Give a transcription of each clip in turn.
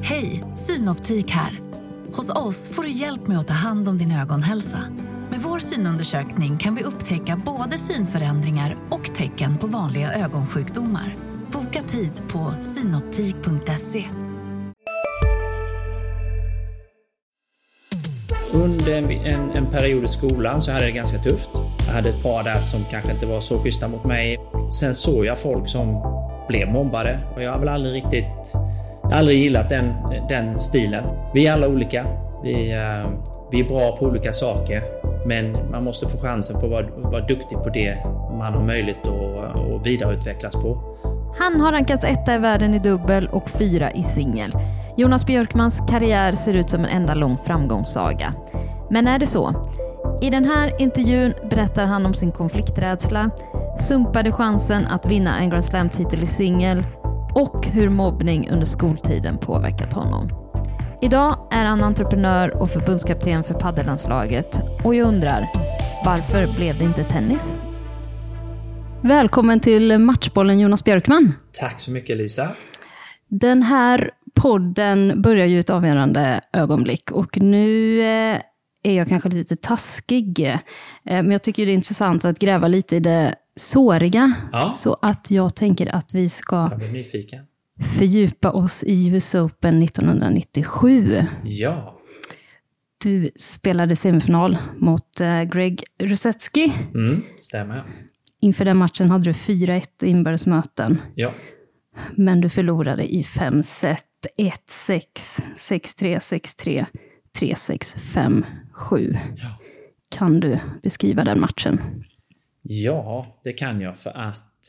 Hej, Synoptik här. Hos oss får du hjälp med att ta hand om din ögonhälsa. Med vår synundersökning kan vi upptäcka både synförändringar och tecken på vanliga ögonsjukdomar. Boka tid på synoptik.se. Under en period i skolan så hade jag det ganska tufft. Jag hade ett par där som kanske inte var så schyssta mot mig. Sen såg jag folk som blev mobbade och jag har väl aldrig gillat den stilen. Vi är alla olika. Vi är bra på olika saker, men man måste få chansen på att vara duktig på det man har möjlighet att vidareutvecklas på. Han har rankats 1 i världen i dubbel och 4 i singel. Jonas Björkmans karriär ser ut som en enda lång framgångssaga. Men är det så? I den här intervjun berättar han om sin konflikträdsla, sumpade chansen att vinna en Grand Slam-titel i singel och hur mobbning under skoltiden påverkat honom. Idag är han entreprenör och förbundskapten för paddellandslaget och jag undrar, varför blev det inte tennis? Välkommen till Matchbollen, Jonas Björkman. Tack så mycket, Lisa. Den här podden börjar ju ett avgörande ögonblick och nu är jag kanske lite taskig. Men jag tycker det är intressant att gräva lite i det såriga. Ja. Så att jag tänker att vi ska fördjupa oss i US Open 1997. Ja. Du spelade semifinal mot Greg Rusedski. Stämmer. Inför den matchen hade du 4-1 inbördesmöten. Ja. Men du förlorade i 5 set. 1-6, 6-3, 6-3, 3-6, 5-7. Ja. Kan du beskriva den matchen? Ja, det kan jag, för att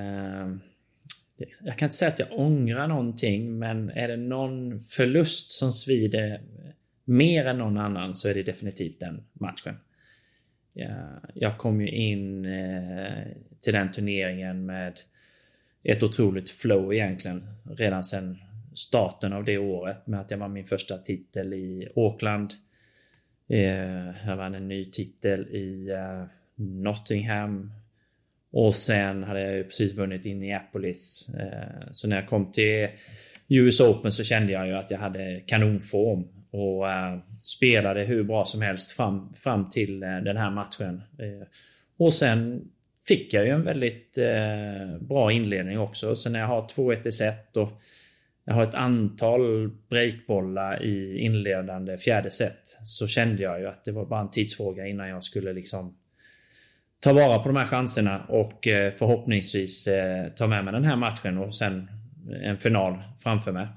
jag kan inte säga att jag ångrar någonting, men är det någon förlust som svider mer än någon annan så är det definitivt den matchen. Jag kom ju in till den turneringen med ett otroligt flow egentligen redan sedan starten av det året, med att jag var min första titel i Auckland. Jag vann en ny titel i Nottingham och sen hade jag ju precis vunnit Indianapolis. Så när jag kom till US Open så kände jag ju att jag hade kanonform och spelade hur bra som helst fram till den här matchen. Och sen fick jag ju en väldigt bra inledning också. Så när jag har 2-1 i set och jag har ett antal breakbollar i inledande 4:e set, så kände jag ju att det var bara en tidsfråga innan jag skulle liksom ta vara på de här chanserna och förhoppningsvis ta med mig den här matchen och sen en final framför mig.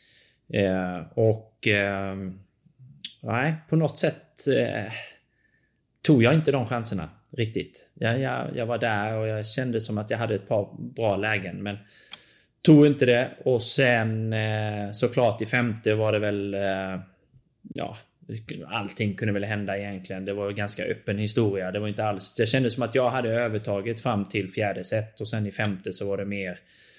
Nej, på något sätt tog jag inte de chanserna riktigt. Jag var där och jag kände som att jag hade ett par bra lägen, men tog inte det. Och sen såklart i 5:e var det väl allting kunde väl hända egentligen. Det var en ganska öppen historia. Det var inte alls, det kändes som att jag hade övertaget fram till 4:e set och sen i 5:e så var det mer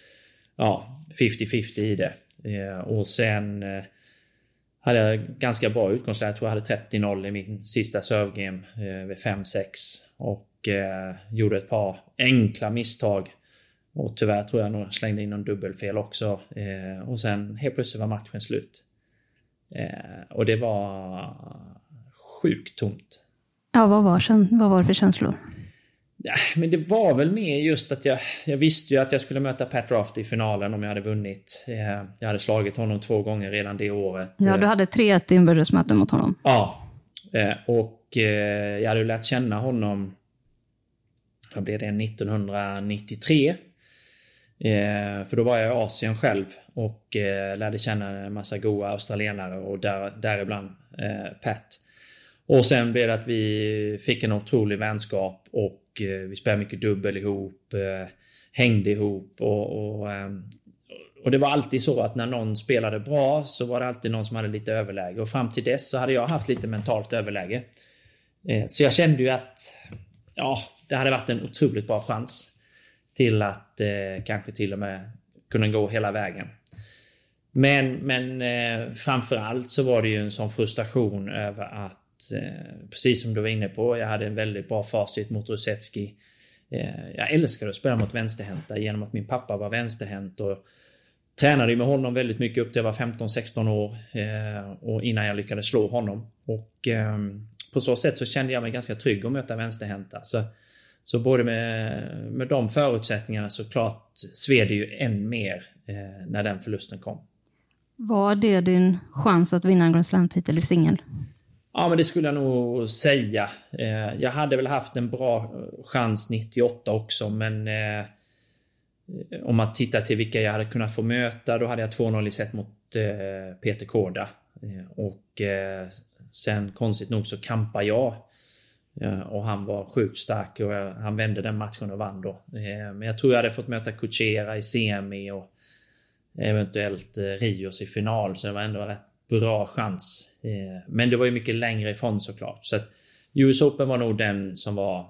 50-50 i det. Och sen hade jag ganska bra utgångsläge. Jag tror jag hade 30-0 i min sista servegame vid 5-6 och gjorde ett par enkla misstag. Och tyvärr tror jag nog slängde in någon dubbelfel också. Och sen helt plötsligt var matchen slut. Och det var sjukt tomt. Ja, vad var det för känslor? Ja, men det var väl mer just att jag visste ju att jag skulle möta Pat Rafter i finalen om jag hade vunnit. Jag hade slagit honom 2 gånger redan det året. Ja, du hade 3-1 inbördesmöten mot honom. Ja, och jag hade lärt känna honom, vad blev det, 1993. För då var jag i Asien själv och lärde känna en massa goa australienare och däribland Pat. Och sen blev det att vi fick en otrolig vänskap och vi spelade mycket dubbel ihop, hängde ihop och det var alltid så att när någon spelade bra så var det alltid någon som hade lite överläge, och fram till dess så hade jag haft lite mentalt överläge. Så jag kände ju att det hade varit en otroligt bra chans till att kanske till och med kunna gå hela vägen. Men framförallt så var det ju en sån frustration över att precis som du var inne på, jag hade en väldigt bra facit mot Rusedski. Jag älskade att spela mot vänsterhänta genom att min pappa var vänsterhänt och tränade ju med honom väldigt mycket upp till jag var 15-16 år och innan jag lyckades slå honom. Och på så sätt så kände jag mig ganska trygg att möta vänsterhänta. Så både med de förutsättningarna så klart sved det ju än mer när den förlusten kom. Var det din chans att vinna en Grand Slam-titel i singel? Ja, men det skulle jag nog säga. Jag hade väl haft en bra chans 98 också, men om man tittar till vilka jag hade kunnat få möta, då hade jag 2-0 i set mot Peter Korda. Och sen konstigt nog så kampade jag. Och han var sjukt stark och han vände den matchen och vann då. Men jag tror jag hade fått möta Kuchera i semi och eventuellt Rios i final, så det var ändå en rätt bra chans. Men det var ju mycket längre ifrån såklart. Så att US Open var nog den som var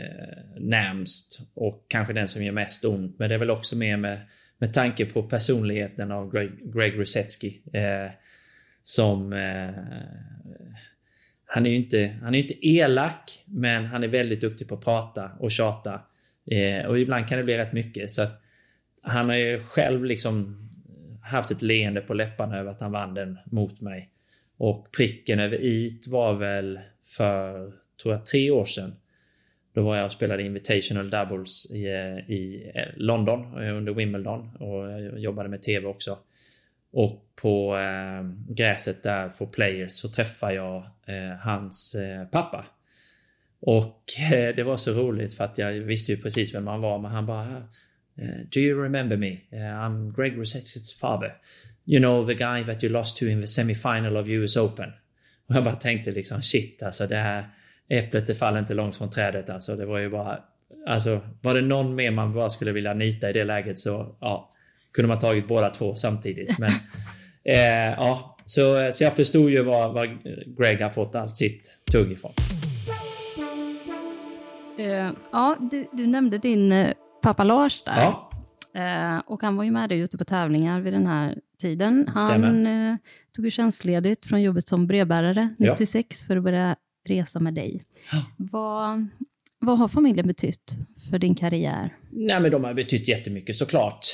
närmst och kanske den som gör mest ont. Men det är väl också mer med tanke på personligheten av Greg Rusedski som han är ju inte elak, men han är väldigt duktig på att prata och tjata. Och ibland kan det bli rätt mycket. Så att han har ju själv liksom haft ett leende på läpparna över att han vann den mot mig. Och pricken över it var väl för, tror jag, 3 år sedan. Då var jag och spelade Invitational Doubles i London under Wimbledon. Och jag jobbade med tv också. Och på gräset där på Players så träffade jag hans pappa. Och det var så roligt för att jag visste ju precis vem han var. Men han bara, do you remember me? I'm Greg Rusedskis father. You know the guy that you lost to in the semifinal of US Open. Och jag bara tänkte liksom, shit alltså, det här äpplet det faller inte långt från trädet alltså. Det var ju bara, alltså var det någon mer man bara skulle vilja nita i det läget så ja, kunde man tagit båda två samtidigt. Men ja, så jag förstod ju var Greg har fått allt sitt tugg ifrån. Ja, du nämnde din pappa Lars där. Ja. Och han var ju med dig ute på tävlingar vid den här tiden. Han tog ju tjänstledigt från jobbet som brevbärare 96 för att börja resa med dig. Vad har familjen betytt för din karriär? Nej, men de har betytt jättemycket såklart.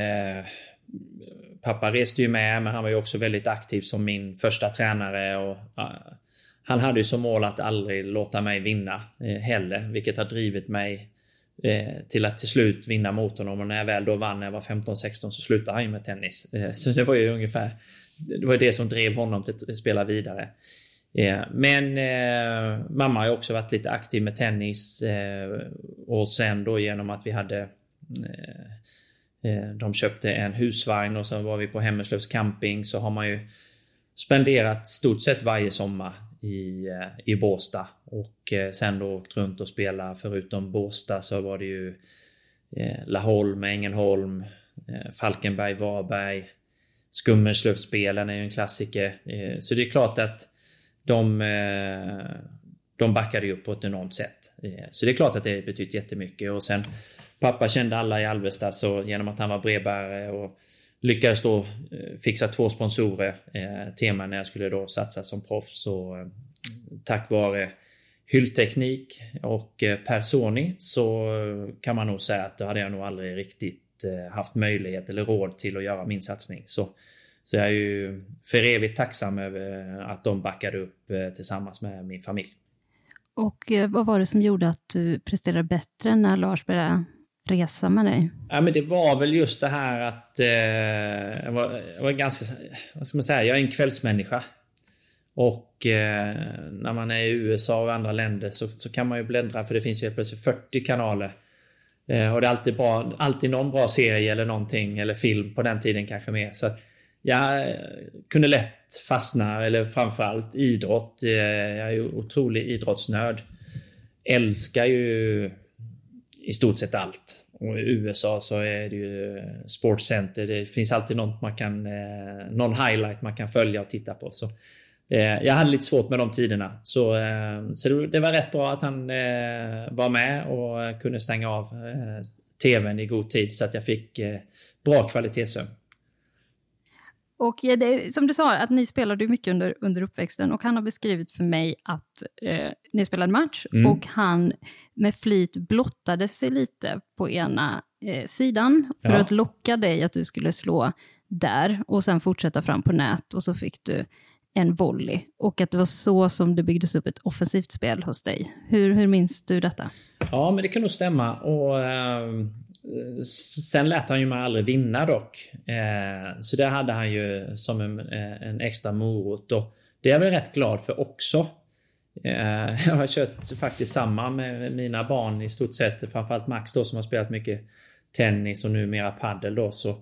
Pappa reste ju med, men han var ju också väldigt aktiv som min första tränare. Och, han hade ju som mål att aldrig låta mig vinna heller, vilket har drivit mig till att till slut vinna mot honom. Och när jag väl då vann när jag var 15-16 så slutade han ju med tennis. Så det var ju ungefär det som drev honom till att spela vidare. Men mamma har ju också varit lite aktiv med tennis och sen då genom att vi hade de köpte en husvagn och så var vi på Hemmerslövs camping, så har man ju spenderat stort sett varje sommar i Båstad och sen då åkt runt och spela. Förutom Båstad så var det ju Laholm, Ängelholm, Falkenberg, Varberg, Skummerslövsspelen är ju en klassiker. Så det är klart att de backade upp på ett enormt sätt. Så det är klart att det betytt jättemycket. Och sen pappa kände alla i Alvesta, så genom att han var brevbärare och lyckades då fixa 2 sponsorer till mig när jag skulle då satsa som proffs. Så tack vare hyllteknik och Personi så kan man nog säga att då hade jag nog aldrig riktigt haft möjlighet eller råd till att göra min satsning. Så jag är ju för evigt tacksam över att de backade upp tillsammans med min familj. Och vad var det som gjorde att du presterade bättre när Lars började resa med dig? Ja, men det var väl just det här att jag var ganska, vad ska man säga, jag är en kvällsmänniska. Och när man är i USA och andra länder så kan man ju bläddra, för det finns ju plötsligt 40 kanaler. Och det är alltid någon bra serie eller någonting, eller film på den tiden kanske mer. Så jag kunde lätt fastna, eller framförallt idrott. Jag är ju otrolig idrottsnörd. Älskar ju i stort sett allt. Och i USA så är det ju Sportscenter. Det finns alltid någon highlight man kan följa och titta på. Så jag hade lite svårt med de tiderna. Så det var rätt bra att han var med och kunde stänga av tvn i god tid, så att jag fick bra kvalitetssömn. Och det, som du sa, att ni spelade mycket under uppväxten, och han har beskrivit för mig att ni spelade match och han med flit blottade sig lite på ena sidan för att locka dig att du skulle slå där och sen fortsätta fram på nät och så fick du en volley. Och att det var så som det byggdes upp ett offensivt spel hos dig. Hur minns du detta? Ja, men det kan nog stämma. Och sen lät han ju mig aldrig vinna dock. Så det hade han ju som en extra morot. Och det är jag väl rätt glad för också. Jag har kört faktiskt samma med mina barn i stort sett. Framförallt Max då som har spelat mycket tennis och numera paddel då. Så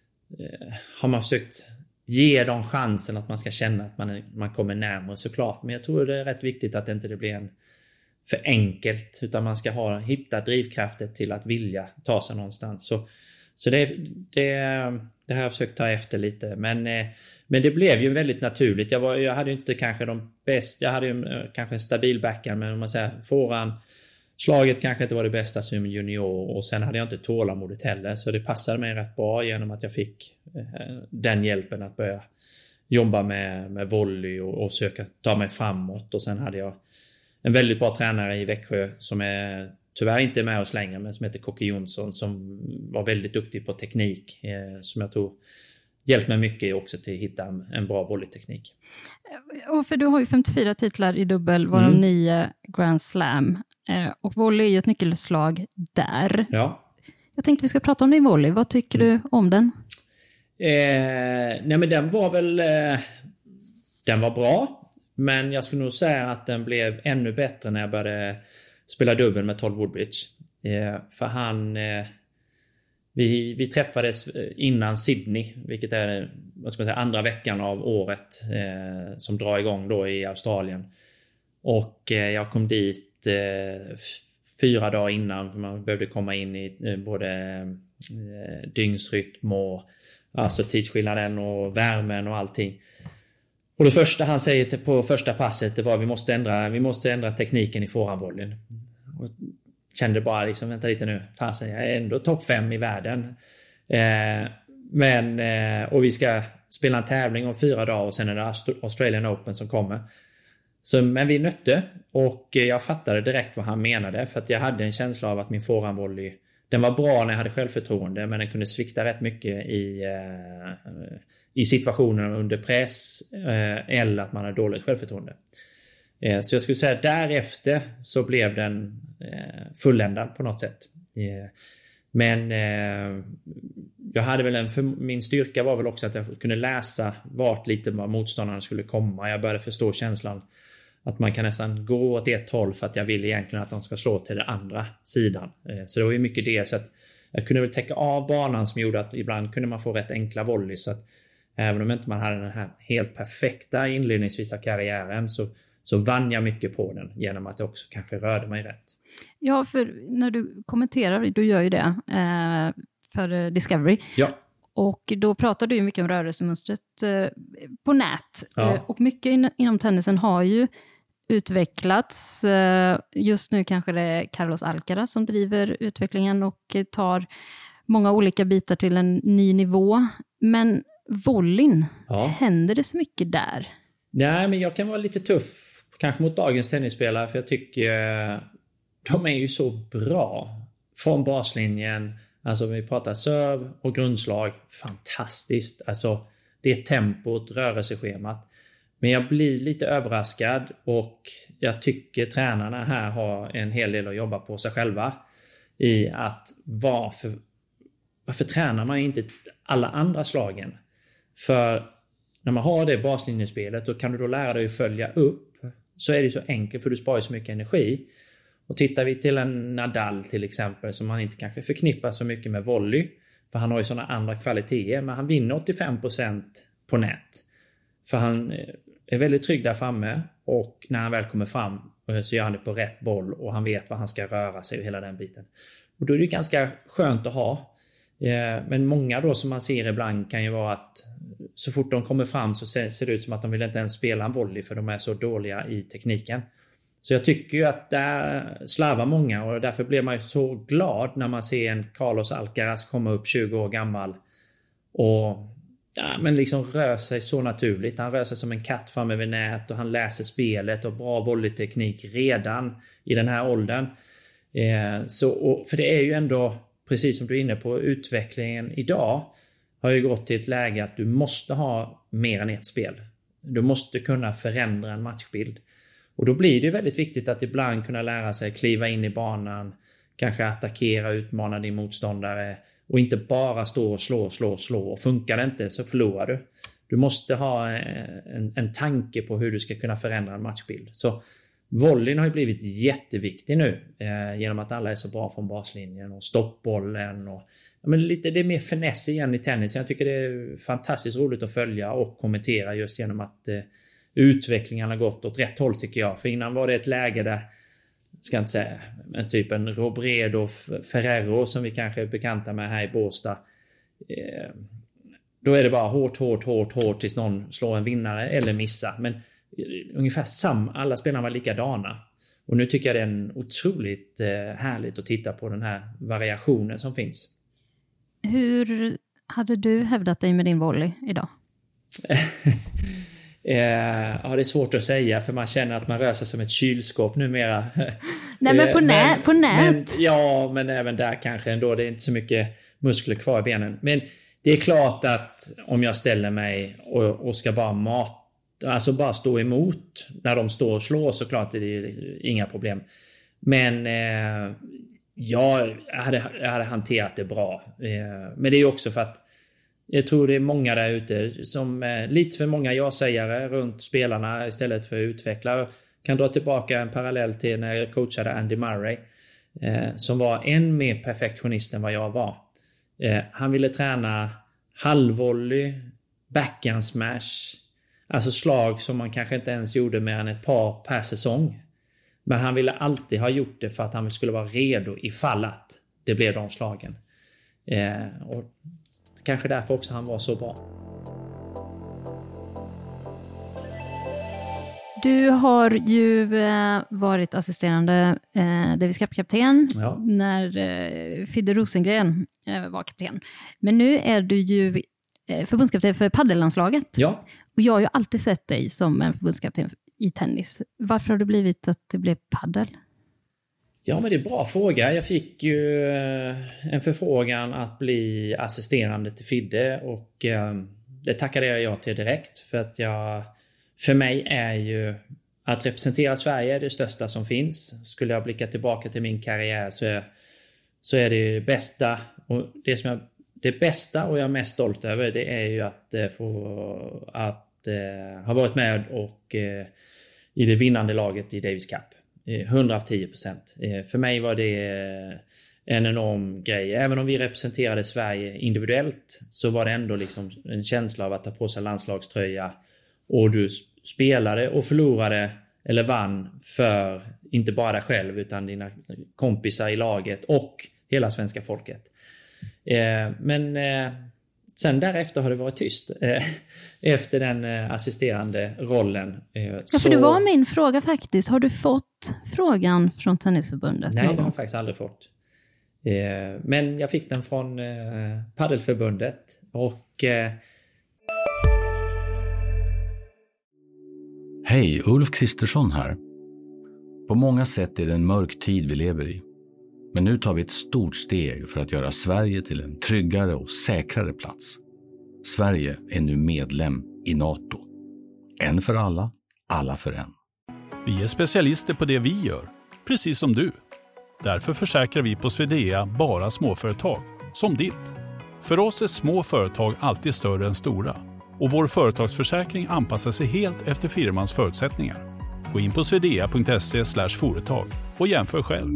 har man försökt ge dem chansen att man ska känna att man kommer närmare såklart. Men jag tror det är rätt viktigt att inte det blir en för enkelt. Utan man ska hitta drivkraften till att vilja ta sig någonstans. Så det har jag försökt ta efter lite. Men det blev ju väldigt naturligt. Jag hade ju inte kanske de bästa. Jag hade ju kanske en stabil backhand. Men om man säger slaget kanske inte var det bästa som junior. Och sen hade jag inte tålamodet heller. Så det passade mig rätt bra genom att jag fick den hjälpen att börja jobba med volley och försöka ta mig framåt. Och sen hade jag en väldigt bra tränare i Växjö som är tyvärr inte med oss längre, men som heter Kocke Jonsson, som var väldigt duktig på teknik, som jag tror hjälpt mig mycket också till att hitta en bra volleyteknik. Och för du har ju 54 titlar i dubbel, varav 9 Grand Slam. Och volley är ju ett nyckelslag där. Ja. Jag tänkte vi ska prata om din volley. Vad tycker du om den? Nej men den var väl den var bra, men jag skulle nog säga att den blev ännu bättre när jag började spela dubbel med Todd Woodbridge. För vi träffades innan Sydney, vilket är andra veckan av året som drar igång då i Australien. Och jag kom dit 4 dagar innan, för man behövde komma in i både dygnsrytm och alltså tidsskillnaden och värmen och allting. Och det första han säger på första passet, det var vi måste ändra tekniken i forehandvolleyn. Och kände bara liksom, vänta lite nu, fasen, jag är ändå topp 5 i världen. Och vi ska spela en tävling om 4 dagar och sen är det Australian Open som kommer. Men vi nötte och jag fattade direkt vad han menade, för att jag hade en känsla av att min forehandvolley, den var bra när jag hade självförtroende, men den kunde svikta rätt mycket i situationen under press eller att man hade dåligt självförtroende. Så jag skulle säga därefter så blev den fulländad på något sätt. Men jag hade väl min styrka var väl också att jag kunde läsa vart lite vad motståndarna skulle komma. Jag började förstå känslan att man kan nästan gå åt ett håll för att jag vill egentligen att de ska slå till den andra sidan. Så det var ju mycket det, så att jag kunde väl täcka av banan som gjorde att ibland kunde man få rätt enkla volley, så att även om inte man hade den här helt perfekta inledningsvis av karriären så vann jag mycket på den genom att jag också kanske rörde mig rätt. Ja, för när du kommenterar, du gör ju det för Discovery. Ja. Och då pratar du ju mycket om rörelsemönstret på nät. Ja. Och mycket inom tennisen har ju utvecklats. Just nu kanske det är Carlos Alcaraz som driver utvecklingen och tar många olika bitar till en ny nivå. Men volleyn, händer det så mycket där? Nej, men jag kan vara lite tuff kanske mot dagens tennisspelare, för jag tycker de är ju så bra från baslinjen. Alltså vi pratar serv och grundslag, fantastiskt. Alltså det är tempot, rörelseschemat. Men jag blir lite överraskad och jag tycker tränarna här har en hel del att jobba på sig själva i att varför tränar man inte alla andra slagen? För när man har det baslinjespelet, då kan du då lära dig att följa upp, så är det så enkelt för du sparar så mycket energi. Och tittar vi till en Nadal till exempel, som man inte kanske förknippar så mycket med volley, för han har ju sådana andra kvaliteter, men han vinner 85% på nät. För han är väldigt trygg där framme, och när han väl kommer fram så gör han det på rätt boll och han vet vad han ska röra sig och hela den biten. Och då är det ganska skönt att ha. Men många då som man ser ibland kan ju vara att så fort de kommer fram så ser det ut som att de vill inte ens spela en volley, för de är så dåliga i tekniken. Så jag tycker ju att där slarvar många, och därför blir man ju så glad när man ser en Carlos Alcaraz komma upp 20 år gammal och men liksom rör sig så naturligt. Han rör sig som en katt framme vid nät och han läser spelet och bra volleyteknik redan i den här åldern. För det är ju ändå, precis som du är inne på, utvecklingen idag. har ju gått till ett läge att du måste ha mer än ett spel. Du måste kunna förändra en matchbild. Och då blir det väldigt viktigt att ibland kunna lära sig kliva in i banan, kanske attackera, utmana din motståndare och inte bara stå och slå. Och funkar det inte så förlorar du. Du måste ha en tanke på hur du ska kunna förändra en matchbild. Så volleyn har ju blivit jätteviktig nu genom att alla är så bra från baslinjen och stoppbollen och det är mer finess igen i tennis. Jag tycker det är fantastiskt roligt att följa och kommentera just genom att utvecklingen har gått åt rätt håll tycker jag. För innan var det ett läge där, ska inte säga, en typ en Robredo Ferrero som vi kanske är bekanta med här i Båstad. Då är det bara hårt tills någon slår en vinnare eller missar. Men ungefär alla spelarna var likadana. Och nu tycker jag det är en otroligt härligt att titta på den här variationen som finns. Hur hade du hävdat dig med din volley idag? Ja, det är svårt att säga för man känner att man rör sig som ett kylskåp numera. Nej, men på nät. Men även där kanske ändå. Det är inte så mycket muskler kvar i benen. Men det är klart att om jag ställer mig och ska bara stå emot när de står och slår, så klart är det inga problem. Men jag hade hanterat det bra. Men det är också för att jag tror det är många där ute som lite för många ja-sägare runt spelarna istället för utvecklare. Kan dra tillbaka en parallell till när jag coachade Andy Murray som var än mer perfektionist än vad jag var. Han ville träna halvvolley, backhand smash, alltså slag som man kanske inte ens gjorde mer än ett par per säsong. Men han ville alltid ha gjort det för att han skulle vara redo ifall att det blev de slagen. Och kanske därför också han var så bra. Du har ju varit assisterande Davis Cup-kapten när Fidde Rosengren var kapten. Men nu är du ju förbundskapten för paddellandslaget. Ja. Och jag har ju alltid sett dig som en förbundskapten i tennis. Varför har det blivit att det blev paddel? Ja, men det är en bra fråga. Jag fick ju en förfrågan att bli assisterande till Fidde och det tackade jag till direkt för att för mig är ju att representera Sverige det största som finns. Skulle jag blicka tillbaka till min karriär så är det bästa och det bästa och jag är mest stolt över, det är ju att ha varit med och i det vinnande laget i Davis Cup. 110%. För mig var det en enorm grej. Även om vi representerade Sverige individuellt så var det ändå liksom en känsla av att ta på sig landslagströja och du spelade och förlorade eller vann för inte bara dig själv utan dina kompisar i laget och hela svenska folket. Men sen därefter har det varit tyst efter den assisterande rollen. Ja, för det var min fråga faktiskt. Har du fått frågan från Tennisförbundet? Nej, det har jag faktiskt aldrig fått. Men jag fick den från Paddelförbundet och... Hej, Ulf Kristersson här. På många sätt är det en mörk tid vi lever i. Men nu tar vi ett stort steg för att göra Sverige till en tryggare och säkrare plats. Sverige är nu medlem i NATO. En för alla, alla för en. Vi är specialister på det vi gör, precis som du. Därför försäkrar vi på Swedea bara småföretag, som ditt. För oss är små företag alltid större än stora. Och vår företagsförsäkring anpassar sig helt efter firmans förutsättningar. Gå in på swedea.se/företag och jämför själv.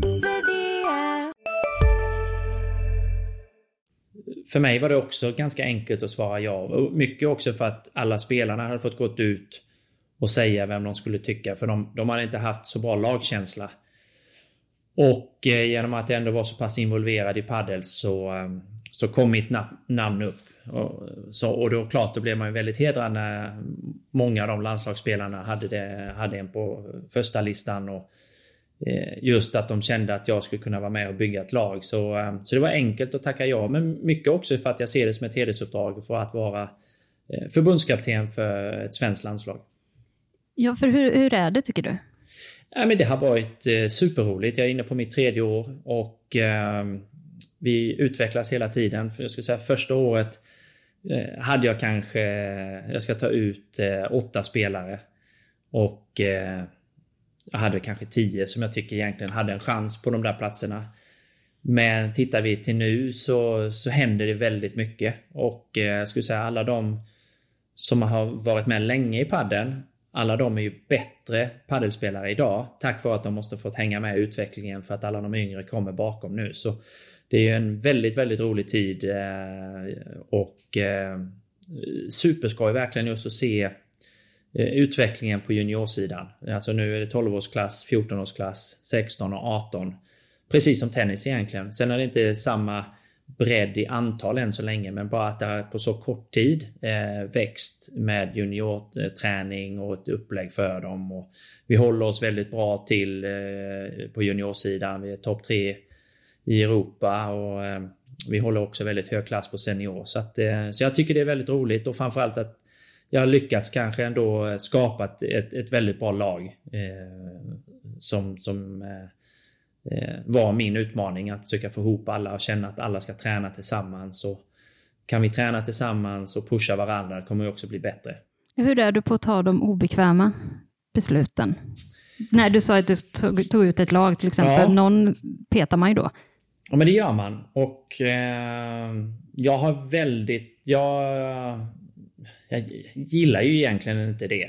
För mig var det också ganska enkelt att svara ja. Och mycket också för att alla spelarna hade fått gått ut och säga vem de skulle tycka. För de hade inte haft så bra lagkänsla. Och genom att jag ändå var så pass involverad i paddel så kom mitt namn upp. Och då klart, då blev man ju väldigt hedrad när många av de landslagsspelarna hade en på första listan. Och just att de kände att jag skulle kunna vara med och bygga ett lag. Så det var enkelt att tacka ja. Men mycket också för att jag ser det som ett hedersuppdrag för att vara förbundskapten för ett svenskt landslag. Ja, för hur är det tycker du? Ja, men det har varit superroligt. Jag är inne på mitt 3:e år och vi utvecklas hela tiden. För jag skulle säga första året hade jag kanske, jag ska ta ut 8 spelare och jag hade kanske 10 som jag tycker egentligen hade en chans på de där platserna. Men tittar vi till nu så händer det väldigt mycket. Och jag skulle säga alla de som har varit med länge i padden, alla de är ju bättre paddelspelare idag tack vare att de måste fått hänga med i utvecklingen för att alla de yngre kommer bakom nu. Så det är en väldigt, väldigt rolig tid och superskoj verkligen just att se utvecklingen på juniorsidan. Alltså nu är det 12-årsklass, 14-årsklass, 16 och 18. Precis som tennis egentligen. Sen är det inte samma bredd i antal än så länge, men bara att det har på så kort tid växt med juniorträning och ett upplägg för dem. Och vi håller oss väldigt bra till på juniorsidan. Vi är topp 3 i Europa och vi håller också väldigt hög klass på senior. Så jag tycker det är väldigt roligt och framförallt att jag har lyckats kanske ändå skapa ett väldigt bra lag som var min utmaning att försöka få ihop alla och känna att alla ska träna tillsammans. Och kan vi träna tillsammans och pusha varandra kommer vi också bli bättre. Hur är du på att ta de obekväma besluten? När du sa att du tog ut ett lag till exempel, ja. Någon petar man ju då. Ja, men det gör man. Och jag har jag gillar ju egentligen inte det.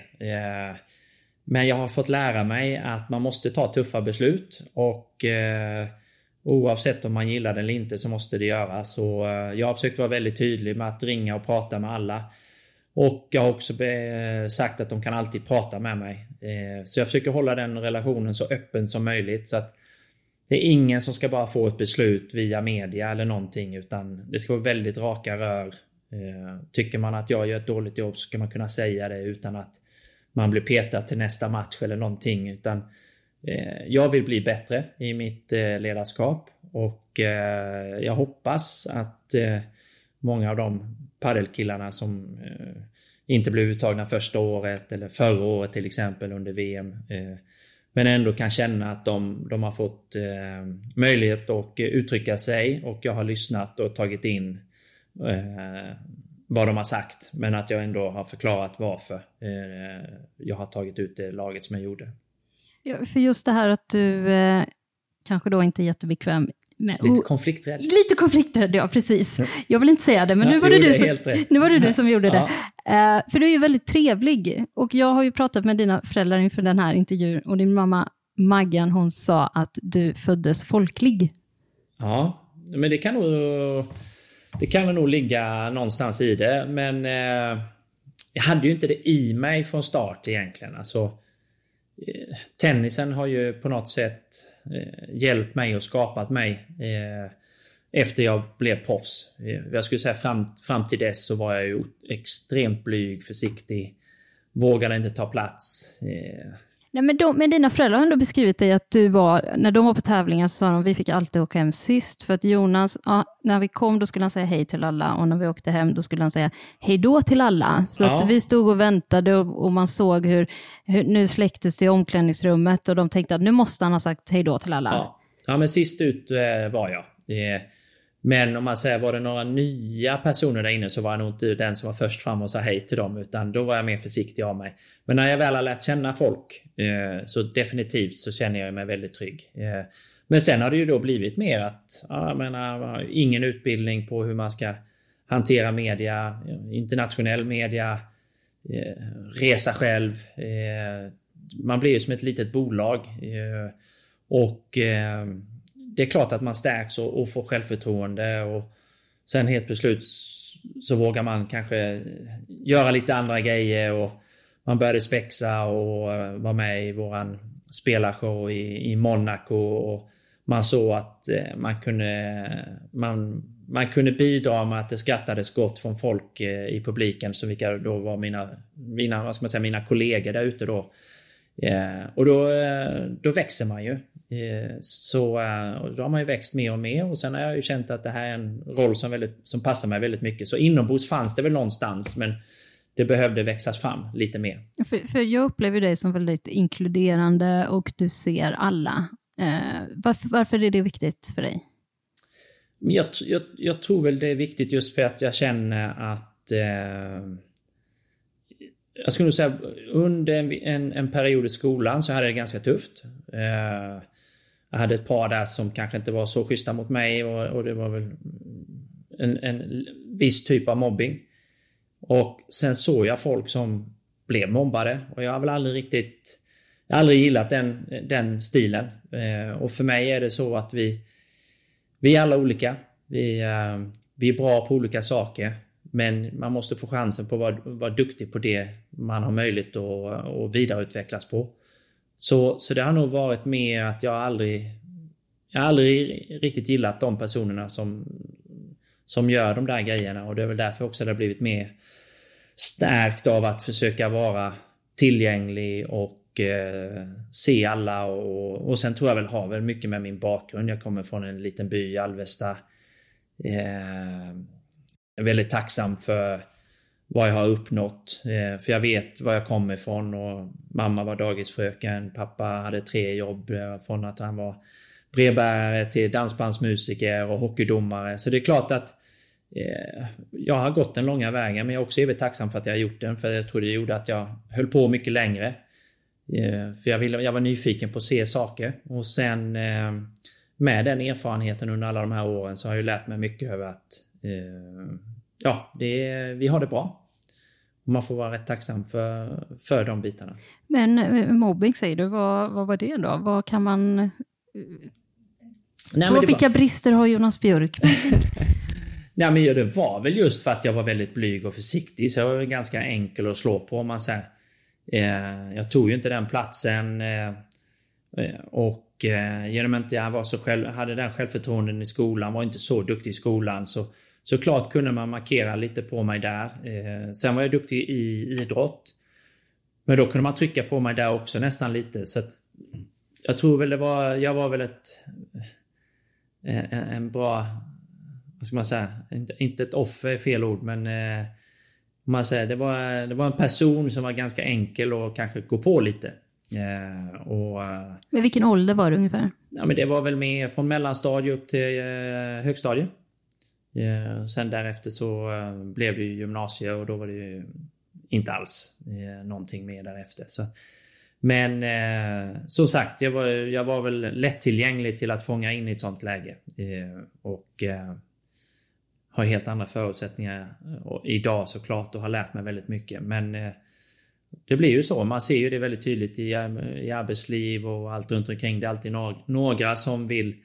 Men jag har fått lära mig att man måste ta tuffa beslut och oavsett om man gillar det eller inte så måste det göras. Så jag har försökt vara väldigt tydlig med att ringa och prata med alla. Och jag har också sagt att de kan alltid prata med mig. Så jag försöker hålla den relationen så öppen som möjligt så att det är ingen som ska bara få ett beslut via media eller någonting, utan det ska vara väldigt raka rör. Tycker man att jag gör ett dåligt jobb så ska man kunna säga det utan att man blir petad till nästa match eller någonting, utan jag vill bli bättre i mitt ledarskap och jag hoppas att många av de paddelkillarna som inte blev uttagna första året eller förra året till exempel under VM men ändå kan känna att de har fått möjlighet att uttrycka sig och jag har lyssnat och tagit in vad de har sagt, men att jag ändå har förklarat varför jag har tagit ut det laget som jag gjorde. Ja, för just det här att du kanske då inte är jättebekväm med... Lite konflikträdd. Lite konflikträdd, ja precis. Jag vill inte säga det, men nu var det du som gjorde det. För du är ju väldigt trevlig och jag har ju pratat med dina föräldrar inför den här intervjun och din mamma Maggan, hon sa att du föddes folklig. Ja, men det kan nog ligga någonstans i det, men jag hade ju inte det i mig från start egentligen. Alltså, tennisen har ju på något sätt hjälpt mig och skapat mig efter jag blev proffs. Jag skulle säga fram till dess så var jag ju extremt blyg, försiktig, vågade inte ta plats. Nej, men dina föräldrar har ändå beskrivit dig att du var, när de var på tävlingar så sa de vi fick alltid åka hem sist för att Jonas, när vi kom då skulle han säga hej till alla och när vi åkte hem då skulle han säga hej då till alla. Så att vi stod och väntade och man såg hur nu släcktes det i omklädningsrummet och de tänkte att nu måste han ha sagt hej då till alla. Ja men sist ut var jag. Men om man säger var det några nya personer där inne så var jag nog inte den som var först fram och sa hej till dem, utan då var jag mer försiktig av mig. Men när jag väl har lärt känna folk så definitivt så känner jag mig väldigt trygg. Men sen har det ju då blivit mer att jag menar, ingen utbildning på hur man ska hantera media, internationell media, resa själv. Man blir ju som ett litet bolag och det är klart att man stärks och får självförtroende och sen helt plötsligt så vågar man kanske göra lite andra grejer och man började spexa och vara med i våran spelarshow i Monaco och man såg att man kunde bidra med att det skrattades gott från folk i publiken som vilka då var mina kollegor där ute då. Och då växer man ju. Så då har man ju växt mer och mer och sen har jag ju känt att det här är en roll som passar mig väldigt mycket. Så inombords fanns det väl någonstans, men det behövde växas fram lite mer. För jag upplever dig som väldigt inkluderande och du ser alla. Varför är det viktigt för dig? Jag tror väl det är viktigt just för att jag känner att jag skulle nog säga under en period i skolan så hade jag det ganska tufft. Jag hade ett par där som kanske inte var så schyssta mot mig, och det var väl en viss typ av mobbing. Och sen såg jag folk som blev mobbade, och jag har väl aldrig gillat den stilen. Och för mig är det så att vi är alla olika. Vi är bra på olika saker, men man måste få chansen på att vara duktig på det man har möjlighet att vidareutvecklas på. Så det har nog varit med att jag aldrig riktigt gillat de personerna som gör de där grejerna, och det är väl därför också det har blivit mer stärkt av att försöka vara tillgänglig och se alla, och sen tror jag väl har mycket med min bakgrund. Jag kommer från en liten by i Alvesta. Jag är väldigt tacksam för vad jag har uppnått, för jag vet var jag kommer ifrån, och mamma var dagisfröken, pappa hade 3 jobb, från att han var brevbärare till dansbandsmusiker och hockeydomare. Så det är klart att jag har gått den långa vägen, men jag är också evigt tacksam för att jag har gjort den, för jag tror det gjorde att jag höll på mycket längre. För jag var nyfiken på att se saker, och sen med den erfarenheten under alla de här åren så har jag lärt mig mycket över att vi har det bra. Man får vara rätt tacksam för de bitarna. Men mobbing säger du, vad var det då? Vad kan man... Vilka brister har Jonas Björk? Nej, men det var väl just för att jag var väldigt blyg och försiktig, så jag var ganska enkel att slå på, om man säger. Jag tog ju inte den platsen, och genom att jag var hade den självförtroenden i skolan, var inte så duktig i skolan, så klart kunde man markera lite på mig där. Sen var jag duktig i idrott, men då kunde man trycka på mig där också nästan lite, så att jag tror väl jag var väl en bra, vad ska man säga, inte ett offer är fel ord, men man säger, det var en person som var ganska enkel och kanske gå på lite. Men vilken ålder var det ungefär? Ja, men det var väl med från mellanstadie upp till högstadie. Sen därefter så blev det ju gymnasie, och då var det ju inte alls någonting mer därefter. Men som sagt, jag var väl lättillgänglig till att fånga in i ett sånt läge, och har helt andra förutsättningar idag såklart, och har lärt mig väldigt mycket. Men det blir ju så, man ser ju det väldigt tydligt i arbetsliv och allt runt omkring. Det är alltid några som vill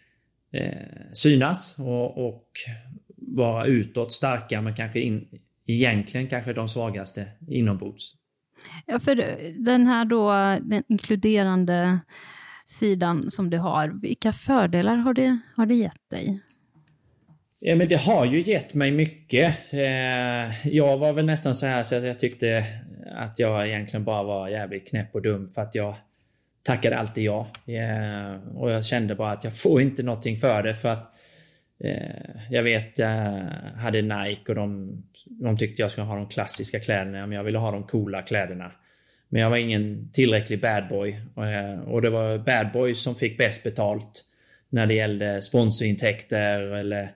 synas och vara utåt starka, men kanske egentligen kanske de svagaste inombords. Ja, för den här då, den inkluderande sidan som du har, vilka fördelar har det gett dig? Ja, men det har ju gett mig mycket. Jag var väl nästan så här så att jag tyckte att jag egentligen bara var jävligt knäpp och dum, för att jag tackade alltid ja. Och jag kände bara att jag får inte någonting för det, för att jag vet, jag hade Nike och de tyckte jag skulle ha de klassiska kläderna, men jag ville ha de coola kläderna. Men jag var ingen tillräcklig bad boy, och det var bad boy som fick bäst betalt när det gällde sponsorintäkter eller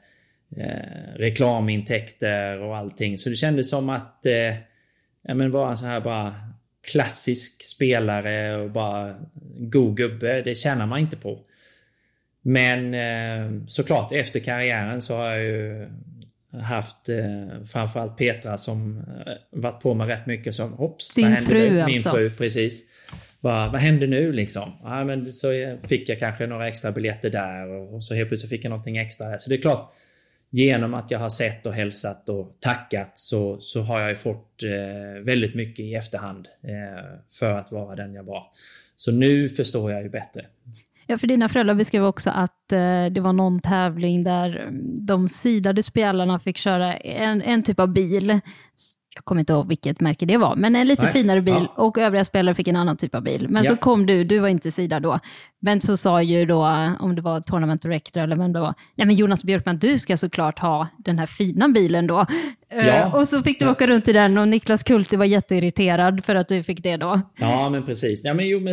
reklamintäkter och allting. Så det kändes som att vara en så här bara klassisk spelare och bara god gubbe, det tjänar man inte på. Men såklart efter karriären så har jag ju haft framförallt Petra som varit på mig rätt mycket, som hopps, din fru nu? Min fru, precis. Vad händer nu liksom? Ja, men så fick jag kanske några extra biljetter där, och så helt plötsligt fick jag någonting extra där. Så det är klart, genom att jag har sett och hälsat och tackat så har jag ju fått väldigt mycket i efterhand för att vara den jag var. Så nu förstår jag ju bättre. Ja, för dina föräldrar beskrev också att det var någon tävling där de sidade spelarna fick köra en typ av bil. Jag kommer inte ihåg vilket märke det var, men en lite finare bil, och övriga spelare fick en annan typ av bil. Men så kom du var inte sidad då. Men så sa ju då, om det var Tournament Director eller vem det var, nej men Jonas Björkman, du ska såklart ha den här fina bilen då. Och så fick du åka runt i den, och Niklas Kulti var jätteirriterad för att du fick det då. Ja, men precis. Ja, men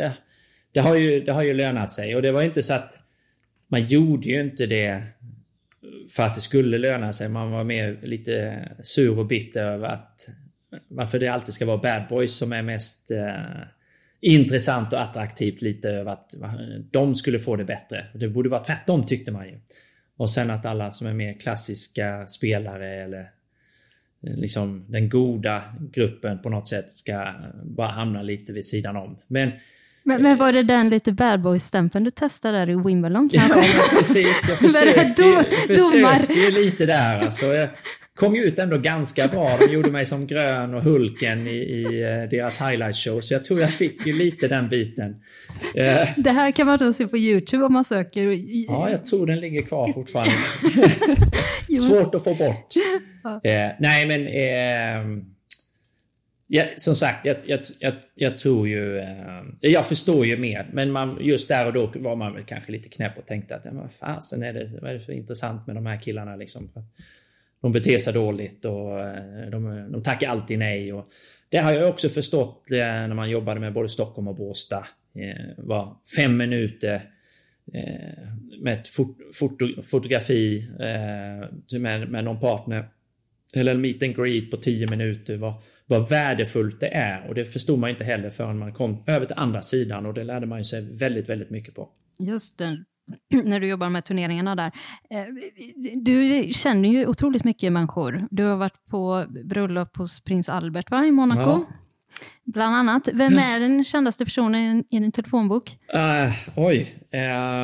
det har ju lönat sig, och det var inte så att man gjorde ju inte det för att det skulle löna sig. Man var mer lite sur och bitter över att varför det alltid ska vara bad boys som är mest intressant och attraktivt, lite över att de skulle få det bättre. Det borde vara tvärtom, tyckte man ju. Och sen att alla som är mer klassiska spelare eller liksom den goda gruppen på något sätt ska bara hamna lite vid sidan om. Men var det den lite bad boy-stämpeln du testade där i Wimbledon kanske? Ja, precis. Jag försökte ju lite där. Alltså, jag kom ju ut ändå ganska bra. De gjorde mig som Grön och Hulken i deras highlight show. Så jag tror jag fick ju lite den biten. Det här kan man då se på YouTube om man söker. Ja, jag tror den ligger kvar fortfarande. Svårt att få bort. Nej, men... Ja, som sagt, jag tror ju... jag förstår ju mer. Men just där och då var man väl kanske lite knäpp och tänkte att vad fasen vad är det för intressant med de här killarna liksom. De beter sig dåligt och de tackar alltid nej. Och det har jag också förstått när man jobbade med både Stockholm och Båstad. Var 5 minuter med ett fotografi med någon partner. Eller en meet and greet på 10 minuter. Vad värdefullt det är. Och det förstod man inte heller förrän man kom över till andra sidan. Och det lärde man sig väldigt, väldigt mycket på. Just det. När du jobbar med turneringarna där. Du känner ju otroligt mycket människor. Du har varit på bröllop hos prins Albert, va, i Monaco? Ja. Bland annat. Vem är den kändaste personen i din telefonbok? Ja, det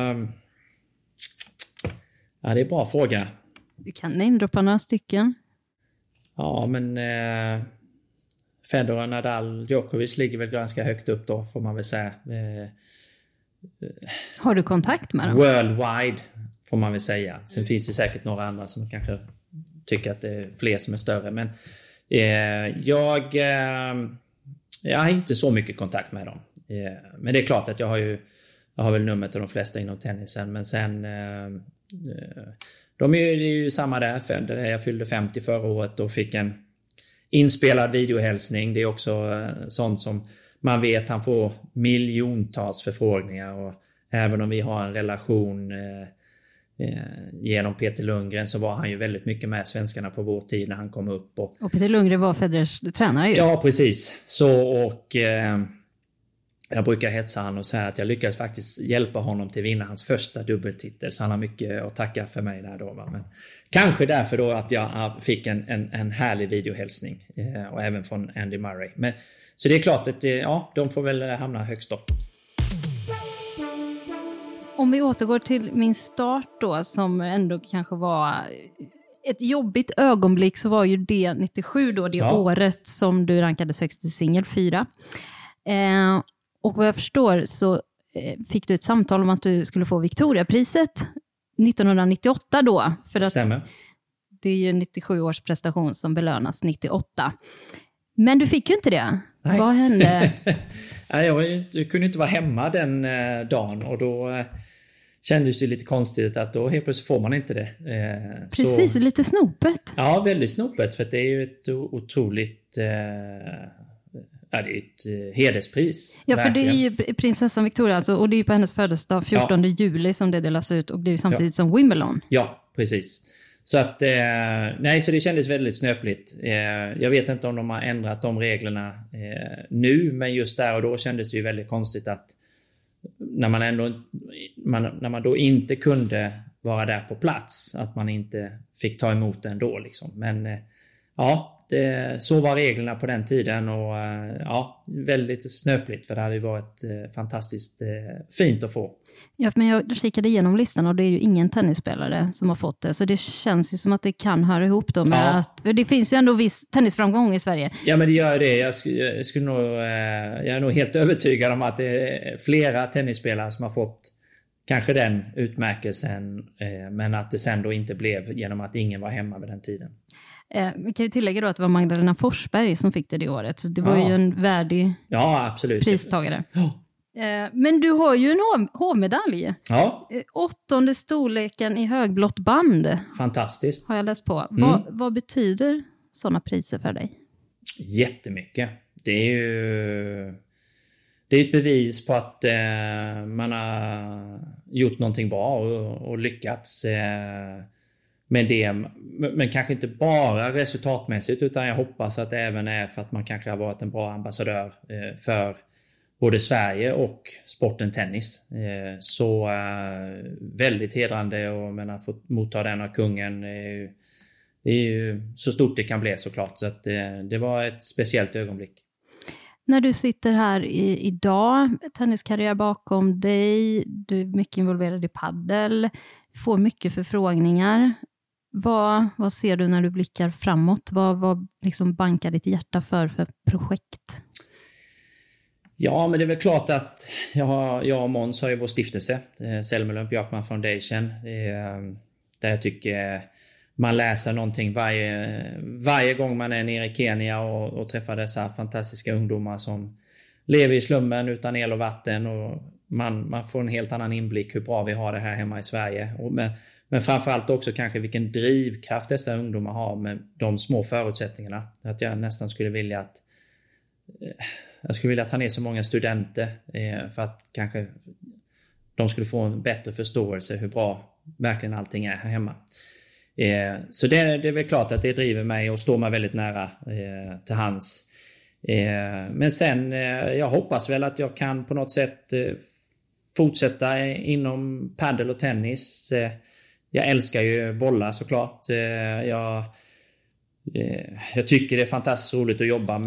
är en bra fråga. Du kan namedroppa några stycken. Ja, men Federer, Nadal, Djokovic ligger väl ganska högt upp då, får man väl säga. Har du kontakt med dem? Worldwide, får man väl säga. Sen finns det säkert några andra som kanske tycker att det är fler som är större. Men jag har inte så mycket kontakt med dem. Men det är klart att jag har väl nummer till de flesta inom tennisen. Men sen... det är ju samma där. Jag fyllde 50 förra året och fick en inspelad videohälsning. Det är också sånt som man vet, han får miljontals förfrågningar. Och även om vi har en relation genom Peter Lundgren, så var han ju väldigt mycket med svenskarna på vår tid när han kom upp. Och Peter Lundgren var Federers tränare ju. Ja, precis. Jag brukar hetsa han och säga att jag lyckades faktiskt hjälpa honom till att vinna hans första dubbeltitel. Så han har mycket att tacka för mig där då. Men kanske därför då att jag fick en härlig videohälsning. Och även från Andy Murray. Så det är klart att de får väl hamna högst upp. Om vi återgår till min start då, som ändå kanske var ett jobbigt ögonblick, så var ju det 97 då, det året som du rankade högst i singel 4. Och vad jag förstår så fick du ett samtal om att du skulle få Victoriapriset 1998 då. För att stämmer. Det är ju 97 års prestation som belönas 98. Men du fick ju inte det. Nej. Vad hände? Jag kunde inte vara hemma den dagen och då kändes det lite konstigt att då helt plötsligt får man inte det. Precis, lite snopet. Ja, väldigt snopet, för det är ju ett otroligt... det är ett hederspris. Ja, för det är ju prinsessan Victoria alltså, och det är ju på hennes födelsedag 14 juli som det delas ut, och det är ju samtidigt som Wimbledon. Ja, precis. Så att, så det kändes väldigt snöpligt. Jag vet inte om de har ändrat de reglerna nu, men just där och då kändes det ju väldigt konstigt att när man då inte kunde vara där på plats, att man inte fick ta emot den då liksom. Men så var reglerna på den tiden, och väldigt snöpligt, för det hade ju varit fantastiskt fint att få. Ja, men jag kikade igenom listan och det är ju ingen tennisspelare som har fått det, så det känns ju som att det kan höra ihop då med att det finns ju ändå viss tennisframgång i Sverige. Ja, men det gör det. Jag är nog helt övertygad om att det är flera tennisspelare som har fått kanske den utmärkelsen, men att det sen då inte blev genom att ingen var hemma vid den tiden. Vi kan ju tillägga då att det var Magdalena Forsberg som fick det året. Så det var ju en värdig pristagare. Ja. Men du har ju en hovmedalj. Ja. 8:e storleken i högblått band. Fantastiskt. Har jag läst på. Vad betyder sådana priser för dig? Jättemycket. Det är ett bevis på att man har gjort någonting bra och lyckats. med det. Men kanske inte bara resultatmässigt, utan jag hoppas att det även är för att man kanske har varit en bra ambassadör för både Sverige och sporten tennis. Så väldigt hedrande, och att få motta den av kungen. Det är ju så stort det kan bli såklart. Så att det var ett speciellt ögonblick. När du sitter här idag, tenniskarriär bakom dig, du är mycket involverad i paddel, får mycket förfrågningar. Vad ser du när du blickar framåt? Vad liksom bankar ditt hjärta för projekt? Ja, men det är väl klart att jag och Måns har ju vår stiftelse, Zelmerlöw Björkman Foundation, där jag tycker man läser någonting varje gång man är nere i Kenya och träffar dessa fantastiska ungdomar som lever i slummen utan el och vatten, och man får en helt annan inblick hur bra vi har det här hemma i Sverige. Men framförallt också kanske vilken drivkraft dessa ungdomar har med de små förutsättningarna. Att jag nästan skulle vilja ta ner så många studenter för att kanske de skulle få en bättre förståelse hur bra verkligen allting är här hemma. Så det är väl klart att det driver mig och står mig väldigt nära till hands. Men sen jag hoppas väl att jag kan på något sätt fortsätta inom paddel och tennis. Jag älskar ju bollar såklart. Jag tycker det är fantastiskt roligt att jobba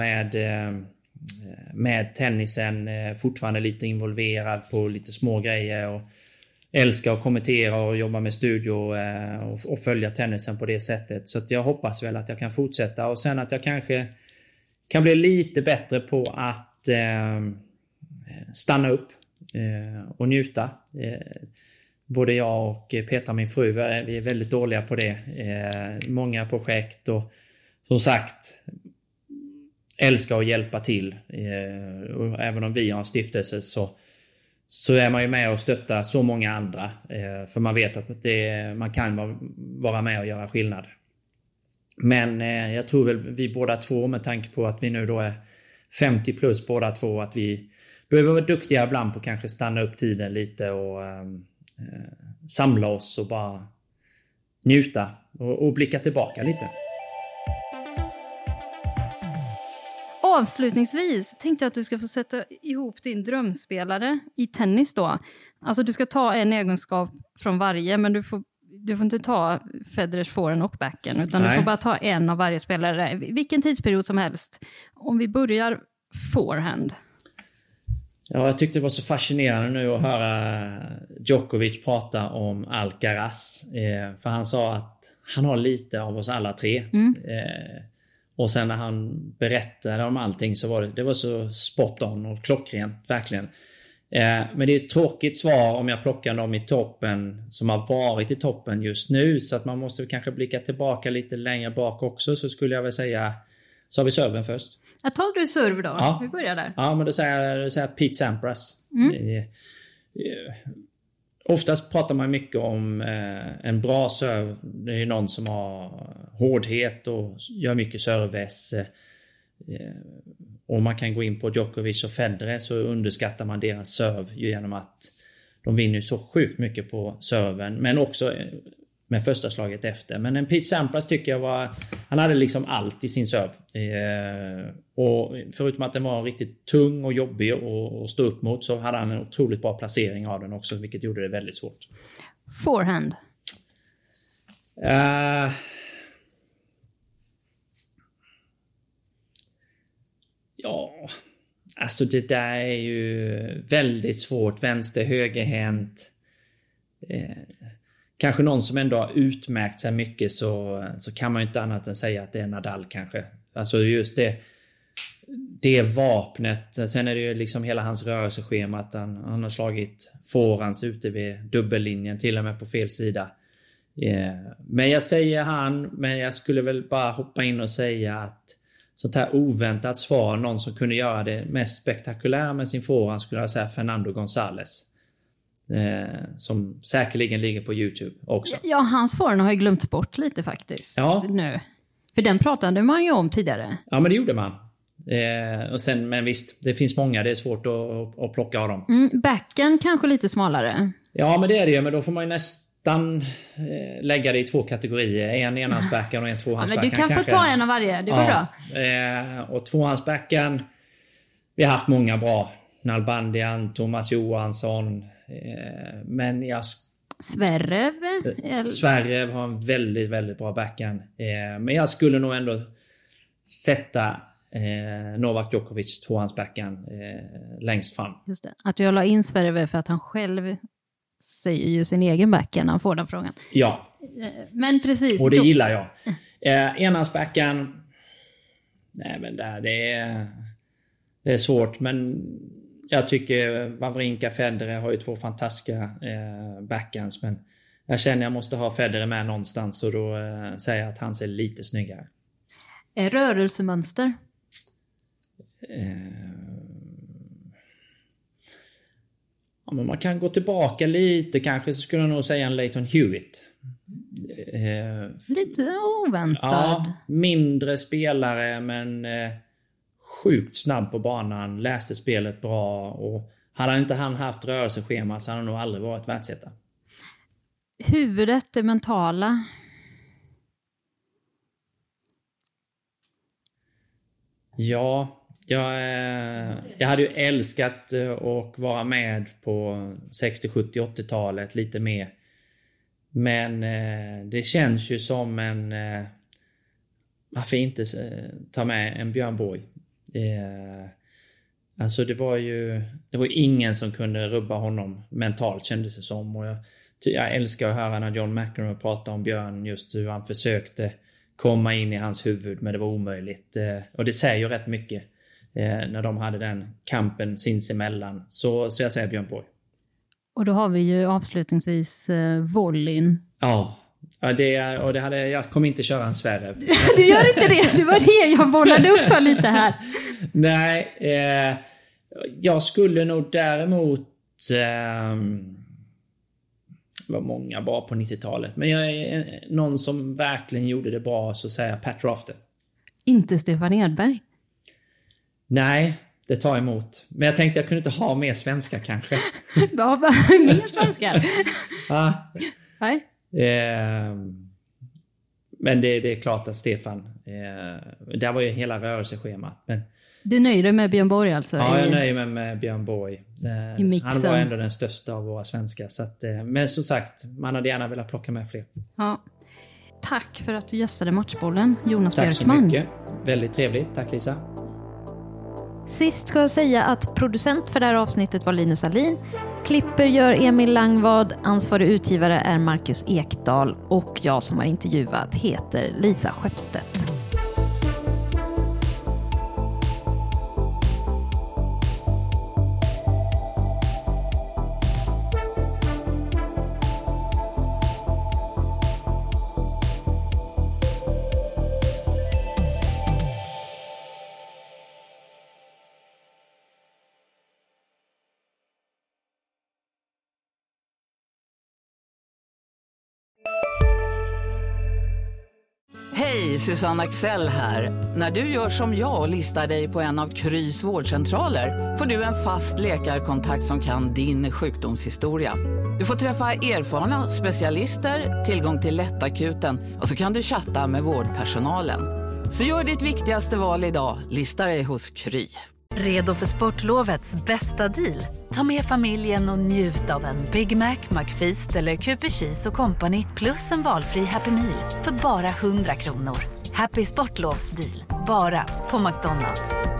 med tennisen, fortfarande lite involverad på lite små grejer, och älskar att kommentera och jobba med studio och följa tennisen på det sättet. Så att jag hoppas väl att jag kan fortsätta, och sen att jag kanske kan bli lite bättre på att stanna upp och njuta. Både jag och Petra, min fru, vi är väldigt dåliga på det. Många projekt, och som sagt älskar att hjälpa till. Och även om vi har en stiftelse så är man ju med och stöttar så många andra. För man vet att man kan vara med och göra skillnad. Men jag tror väl vi båda två, med tanke på att vi nu då är 50 plus båda två, att vi behöver vara duktiga ibland på kanske stanna upp tiden lite och samla oss och bara njuta och blicka tillbaka lite. Avslutningsvis tänkte jag att du ska få sätta ihop din drömspelare i tennis då. Alltså du ska ta en egenskap från varje, men du får inte ta Federers forehand och backen, utan du får bara ta en av varje spelare. Vilken tidsperiod som helst. Om vi börjar forehand. Ja, jag tyckte det var så fascinerande nu att höra Djokovic prata om Alcaraz. För han sa att han har lite av oss alla tre. Och sen när han berättade om allting så var det var så spot on och klockrent, verkligen. Men det är ett tråkigt svar om jag plockar dem i toppen som har varit i toppen just nu. Så att man måste kanske blicka tillbaka lite längre bak också. Så skulle jag väl säga, så har vi serven först. Jag tar du serv då? Ja. Vi börjar där. Ja, men då säger jag Pete Sampras. Oftast pratar man mycket om en bra serv. Det är någon som har hårdhet och gör mycket serves. Och man kan gå in på Djokovic och Federer, så underskattar man deras serv genom att de vinner så sjukt mycket på serven, men också med första slaget efter. Men en Pete Sampras tycker jag han hade liksom allt i sin serv. Och förutom att den var riktigt tung och jobbig att stå upp mot, så hade han en otroligt bra placering av den också, vilket gjorde det väldigt svårt. Forehand? Ja, alltså det där är ju väldigt svårt. Vänster, högerhänt. Kanske någon som ändå har utmärkt sig mycket, så kan man ju inte annat än säga att det är Nadal kanske. Alltså just det vapnet. Sen är det ju liksom hela hans rörelseschema, att han har slagit forehands ute vid dubbellinjen, till och med på fel sida. Men jag säger men jag skulle väl bara hoppa in och säga att sånt här oväntat svar, någon som kunde göra det mest spektakulära med sin forehand, skulle jag säga Fernando González. Som säkerligen ligger på YouTube också. Ja, hans forehand har ju glömt bort lite faktiskt nu. För den pratade man ju om tidigare. Ja, men det gjorde man. Och sen, men visst, det finns många, det är svårt att plocka av dem. Backen kanske lite smalare. Ja, men det är det, men då får man ju nästan nästan lägga det i 2 kategorier. En enhandsbackhand och en tvåhandsbackhand. Men du kan kanske. få ta en av varje, det går bra. Och tvåhandsbackhand, vi har haft många bra. Nalbandian, Thomas Johansson. Men Zverev har en väldigt, väldigt bra backhand. Men jag skulle nog ändå sätta Novak Djokovic tvåhandsbackhand längst fram. Just det. Att jag la in Zverev för att han själv säger ju sin egen backhand när han får den frågan. Ja. Men precis. Och det gillar jag. Enhandsbackhand. Nej, men det är svårt, men jag tycker Wawrinka, Federer har ju 2 fantastiska backhands, men jag känner jag måste ha Federer med någonstans, och då säger jag att han ser lite snyggare. Rörelsemönster? Ja, men man kan gå tillbaka lite, kanske så skulle jag nog säga en Leighton Hewitt. Lite oväntad. Ja, mindre spelare, men sjukt snabb på banan, läste spelet bra, och hade inte han haft rörelseschema så hade han nog aldrig varit världsetta. Huvudet, det mentala. Ja, jag hade ju älskat att vara med på 60, 70, 80-talet lite mer. Men det känns ju som en... Varför inte ta med en Björn Borg? Alltså det var ingen som kunde rubba honom mentalt, kändes det som. Och jag älskar att höra när John McEnroe pratar om Björn, just hur han försökte komma in i hans huvud, men det var omöjligt. Och det säger ju rätt mycket när de hade den kampen sinsemellan. Så jag säger Björn Borg. Och då har vi ju avslutningsvis volleyn. Ja, jag kommer inte köra en Zverev. Du gör inte det, det var det jag bollade upp för lite här. Nej, jag skulle nog däremot... var många bra på 90-talet. Men jag är någon som verkligen gjorde det bra, så säger jag Pat Rafter. Inte Stefan Edberg? Nej, det tar emot. Men jag tänkte jag kunde inte ha mer svenska kanske. Mer svenskar? Ja. Nej. Men det är klart att Stefan... där var ju hela rörelseschemat. Men... Du nöjer dig med Björn Borg alltså? Ja, jag nöjer mig med Björn Borg. Han var ändå den största av våra svenskar. Så att, men som sagt, man hade gärna velat plocka med fler. Ja. Tack för att du gästade Matchbollen, Jonas Björkman. Tack så mycket. Väldigt trevligt. Tack Lisa. Sist ska jag säga att producent för det här avsnittet var Linus Alin. Klipper gör Emil Langvad. Ansvarig utgivare är Marcus Ekdahl. Och jag som har intervjuat heter Lisa Skeppstedt. Hej, Susanne Axel här. När du gör som jag och listar dig på en av Krys vårdcentraler får du en fast läkarkontakt som kan din sjukdomshistoria. Du får träffa erfarna specialister, tillgång till lättakuten och så kan du chatta med vårdpersonalen. Så gör ditt viktigaste val idag, lista dig hos Kry. Redo för sportlovets bästa deal? Ta med familjen och njut av en Big Mac, McFeast eller Cooper Cheese och Company plus en valfri Happy Meal för bara 100 kronor. Happy Sportlovs deal, bara på McDonald's.